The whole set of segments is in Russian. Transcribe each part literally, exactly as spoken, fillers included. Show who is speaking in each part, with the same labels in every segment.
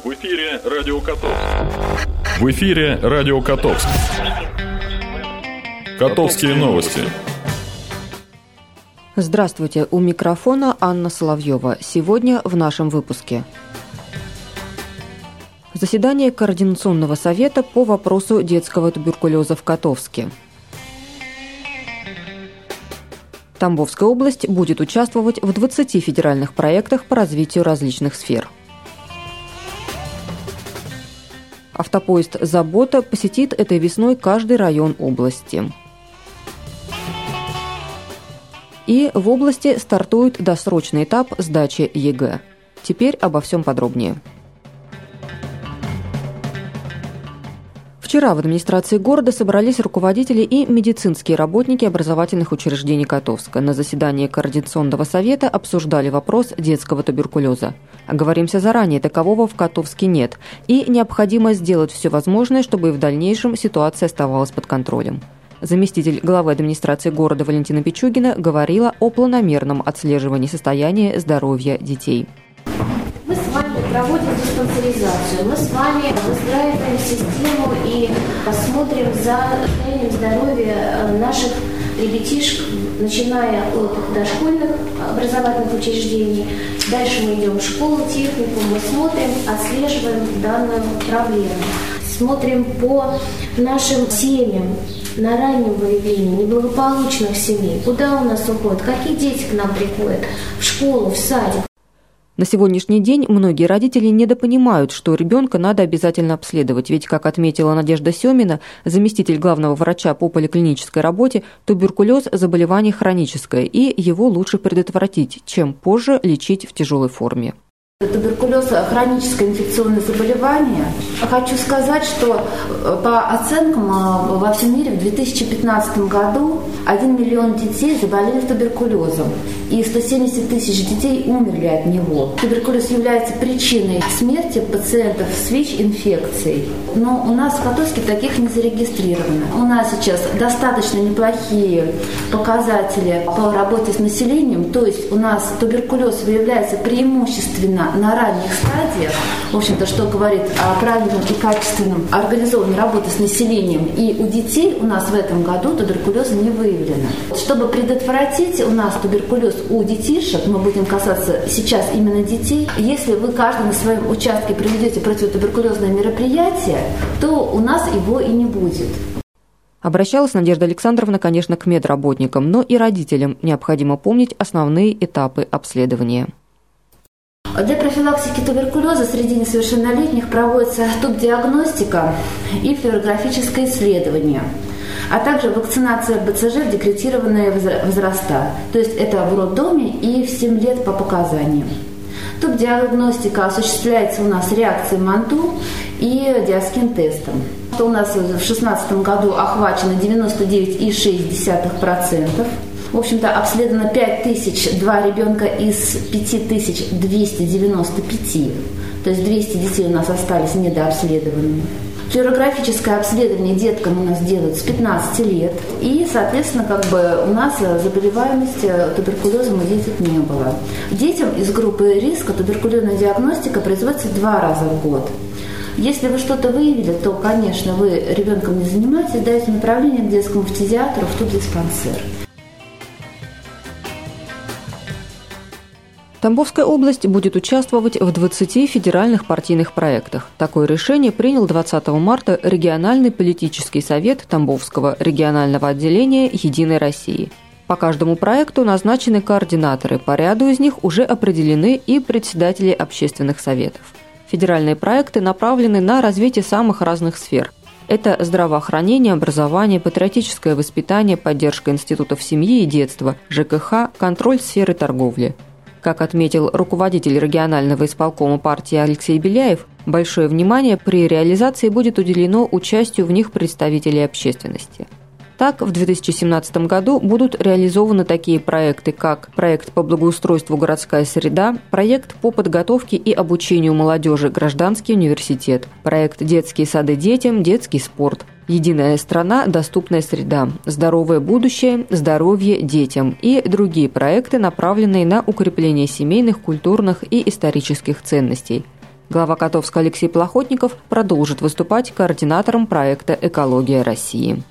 Speaker 1: В эфире Радио Котовск. В эфире Радио Котовск. Котовские новости.
Speaker 2: Здравствуйте, у микрофона Анна Соловьева. Сегодня в нашем выпуске. Заседание Координационного совета по вопросу детского туберкулеза в Котовске. Тамбовская область будет участвовать в двадцати федеральных проектах по развитию различных сфер. Автопоезд «Забота» посетит этой весной каждый район области. И в области стартует досрочный этап сдачи ЕГЭ. Теперь обо всем подробнее. Вчера в администрации города собрались руководители и медицинские работники образовательных учреждений Котовска. На заседании Координационного совета обсуждали вопрос детского туберкулеза. Оговоримся заранее, такового в Котовске нет. И необходимо сделать все возможное, чтобы и в дальнейшем ситуация оставалась под контролем. Заместитель главы администрации города Валентина Пичугина говорила о планомерном отслеживании состояния здоровья детей.
Speaker 3: Мы с вами проводим диспансеризацию, мы с вами выстраиваем систему и смотрим за состоянием здоровья наших ребятишек, начиная от дошкольных образовательных учреждений. Дальше мы идем в школу, технику, мы смотрим, отслеживаем данную проблему. Смотрим по нашим семьям, на раннем выявлении неблагополучных семей, куда у нас уходят, какие дети к нам приходят, в школу, в садик.
Speaker 2: На сегодняшний день многие родители недопонимают, что ребенка надо обязательно обследовать, ведь, как отметила Надежда Семина, заместитель главного врача по поликлинической работе, туберкулез – заболевание хроническое, и его лучше предотвратить, чем позже лечить в тяжелой форме.
Speaker 4: Туберкулез – хроническое инфекционное заболевание. Хочу сказать, что по оценкам во всем мире в две тысячи пятнадцатом году один миллион детей заболели туберкулезом, и сто семьдесят тысяч детей умерли от него. Туберкулез является причиной смерти пациентов с ВИЧ-инфекцией, но у нас в Котовске таких не зарегистрировано. У нас сейчас достаточно неплохие показатели по работе с населением, то есть у нас туберкулез выявляется преимущественно на ранних стадиях, в общем-то, что говорит о правильном и качественном организованной работе с населением. И у детей у нас в этом году туберкулеза не выявлено. Чтобы предотвратить у нас туберкулез у детишек, мы будем касаться сейчас именно детей, если вы каждый на своем участке проведете противотуберкулезное мероприятие, то у нас его и не будет.
Speaker 2: Обращалась Надежда Александровна, конечно, к медработникам, но и родителям необходимо помнить основные этапы обследования.
Speaker 4: Для профилактики туберкулеза среди несовершеннолетних проводится тубдиагностика и флюорографическое исследование, а также вакцинация БЦЖ в декретированные возраста, то есть это в роддоме и в семь лет по показаниям. Тубдиагностика осуществляется у нас реакцией МАНТУ и диаскин-тестом. У нас в две тысячи шестнадцатом году охвачено девяносто девять целых шесть десятых процента. В общем-то, обследовано пять тысяч два ребенка из пять тысяч двести девяносто пять. То есть двести детей у нас остались недообследованными. Флюорографическое обследование деткам у нас делают с пятнадцати лет. И, соответственно, как бы у нас заболеваемости туберкулезом у детей не было. Детям из группы риска туберкулезная диагностика производится два раза в год. Если вы что-то выявили, то, конечно, вы ребенком не занимаетесь, даете направление к детскому фтизиатру в тубдиспансер.
Speaker 2: Тамбовская область будет участвовать в двадцати федеральных партийных проектах. Такое решение принял двадцатого марта региональный политический совет Тамбовского регионального отделения «Единой России». По каждому проекту назначены координаторы, по ряду из них уже определены и председатели общественных советов. Федеральные проекты направлены на развитие самых разных сфер. Это здравоохранение, образование, патриотическое воспитание, поддержка институтов семьи и детства, ЖКХ, контроль сферы торговли. Как отметил руководитель регионального исполкома партии Алексей Беляев, большое внимание при реализации будет уделено участию в них представителей общественности. Так, в две тысячи семнадцатом году будут реализованы такие проекты, как проект по благоустройству «Городская среда», проект по подготовке и обучению молодежи «Гражданский университет», проект «Детские сады детям», «Детский спорт», «Единая страна. Доступная среда», «Здоровое будущее», «Здоровье детям» и другие проекты, направленные на укрепление семейных, культурных и исторических ценностей. Глава Котовска Алексей Плохотников продолжит выступать координатором проекта «Экология России».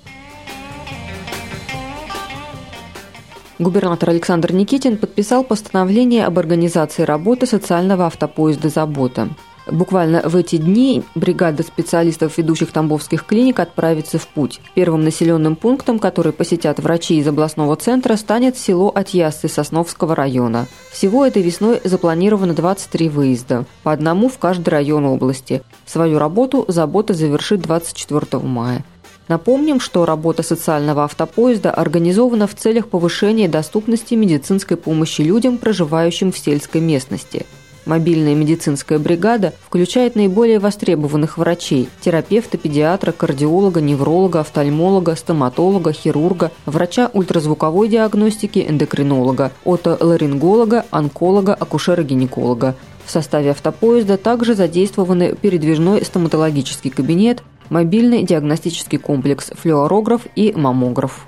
Speaker 2: Губернатор Александр Никитин подписал постановление об организации работы социального автопоезда «Забота». Буквально в эти дни бригада специалистов ведущих тамбовских клиник отправится в путь. Первым населенным пунктом, который посетят врачи из областного центра, станет село Атьяссы Сосновского района. Всего этой весной запланировано двадцать три выезда, по одному в каждый район области. Свою работу «Забота» завершит двадцать четвёртого мая. Напомним, что работа социального автопоезда организована в целях повышения доступности медицинской помощи людям, проживающим в сельской местности. Мобильная медицинская бригада включает наиболее востребованных врачей – терапевта, педиатра, кардиолога, невролога, офтальмолога, стоматолога, хирурга, врача ультразвуковой диагностики, эндокринолога, отоларинголога, онколога, акушера-гинеколога. В составе автопоезда также задействованы передвижной стоматологический кабинет, мобильный диагностический комплекс, флюорограф и маммограф.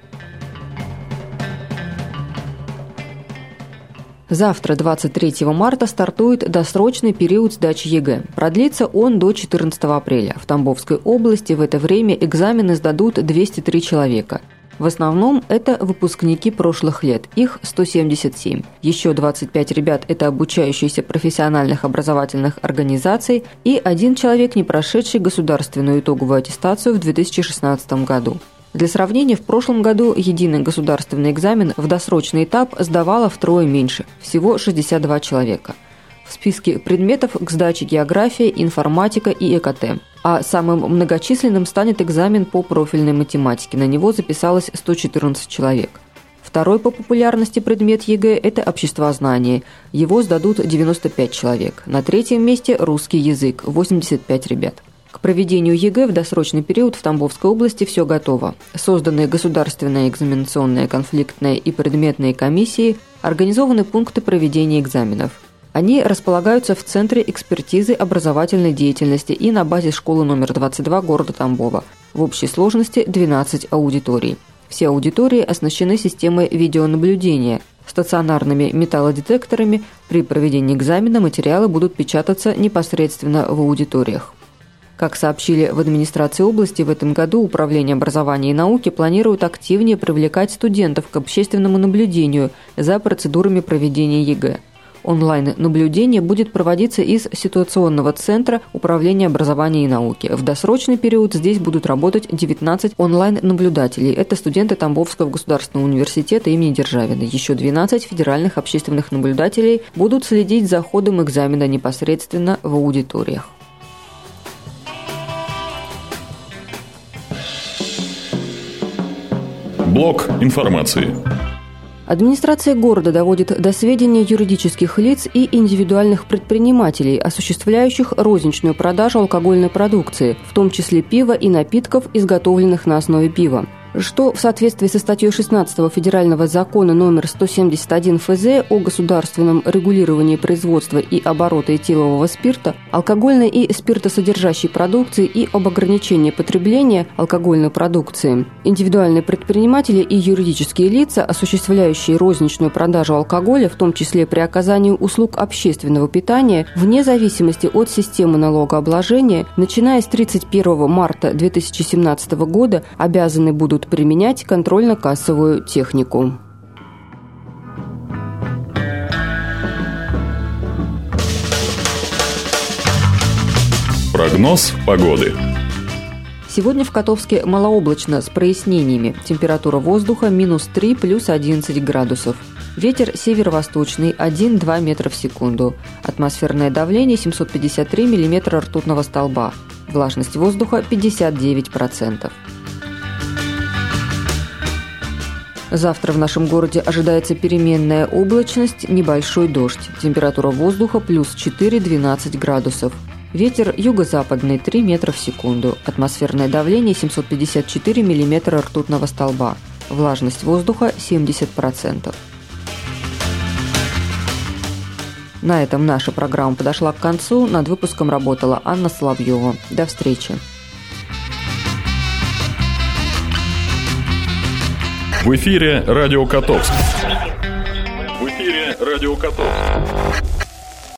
Speaker 2: Завтра, двадцать третьего марта, стартует досрочный период сдачи ЕГЭ. Продлится он до четырнадцатого апреля. В Тамбовской области в это время экзамены сдадут двести три человека. В основном это выпускники прошлых лет, их сто семьдесят семь. Еще двадцать пять ребят – это обучающиеся профессиональных образовательных организаций и один человек, не прошедший государственную итоговую аттестацию в две тысячи шестнадцатом году. Для сравнения, в прошлом году единый государственный экзамен в досрочный этап сдавало втрое меньше – всего шестьдесят два человека. В списке предметов к сдаче география, информатика и ЭКТ. А самым многочисленным станет экзамен по профильной математике. На него записалось сто четырнадцать человек. Второй по популярности предмет ЕГЭ – это обществознание. Его сдадут девяносто пять человек. На третьем месте – русский язык – восемьдесят пять ребят. К проведению ЕГЭ в досрочный период в Тамбовской области все готово. Созданы государственные экзаменационные, конфликтные и предметные комиссии, организованы пункты проведения экзаменов. Они располагаются в Центре экспертизы образовательной деятельности и на базе школы номер двадцать два города Тамбова. В общей сложности двенадцать аудиторий. Все аудитории оснащены системой видеонаблюдения. Стационарными металлодетекторами. При проведении экзамена материалы будут печататься непосредственно в аудиториях. Как сообщили в администрации области, в этом году Управление образования и науки планирует активнее привлекать студентов к общественному наблюдению за процедурами проведения ЕГЭ. Онлайн-наблюдение будет проводиться из ситуационного центра Управления образования и науки. В досрочный период здесь будут работать девятнадцать онлайн-наблюдателей. Это студенты Тамбовского государственного университета имени Державина. Еще двенадцать федеральных общественных наблюдателей будут следить за ходом экзамена непосредственно в аудиториях.
Speaker 1: Блок информации.
Speaker 2: Администрация города доводит до сведения юридических лиц и индивидуальных предпринимателей, осуществляющих розничную продажу алкогольной продукции, в том числе пива и напитков, изготовленных на основе пива, что в соответствии со статьей шестнадцатого Федерального закона номер сто семьдесят один эф зэ о государственном регулировании производства и оборота этилового спирта, алкогольной и спиртосодержащей продукции и об ограничении потребления алкогольной продукции. Индивидуальные предприниматели и юридические лица, осуществляющие розничную продажу алкоголя, в том числе при оказании услуг общественного питания, вне зависимости от системы налогообложения, начиная с тридцать первого марта две тысячи семнадцатого года, обязаны будут применять контрольно-кассовую технику.
Speaker 1: Прогноз погоды.
Speaker 2: Сегодня в Котовске малооблачно с прояснениями. Температура воздуха минус три плюс одиннадцать градусов. Ветер северо-восточный один-два метра в секунду. Атмосферное давление семьсот пятьдесят три миллиметра ртутного столба. Влажность воздуха пятьдесят девять процентов. Завтра в нашем городе ожидается переменная облачность, небольшой дождь. Температура воздуха плюс четыре-двенадцать градусов. Ветер юго-западный три метра в секунду. Атмосферное давление семьсот пятьдесят четыре миллиметра ртутного столба. Влажность воздуха семьдесят процентов. На этом наша программа подошла к концу. Над выпуском работала Анна Соловьева. До встречи.
Speaker 1: В эфире Радио Котовск. В эфире Радио Котовск.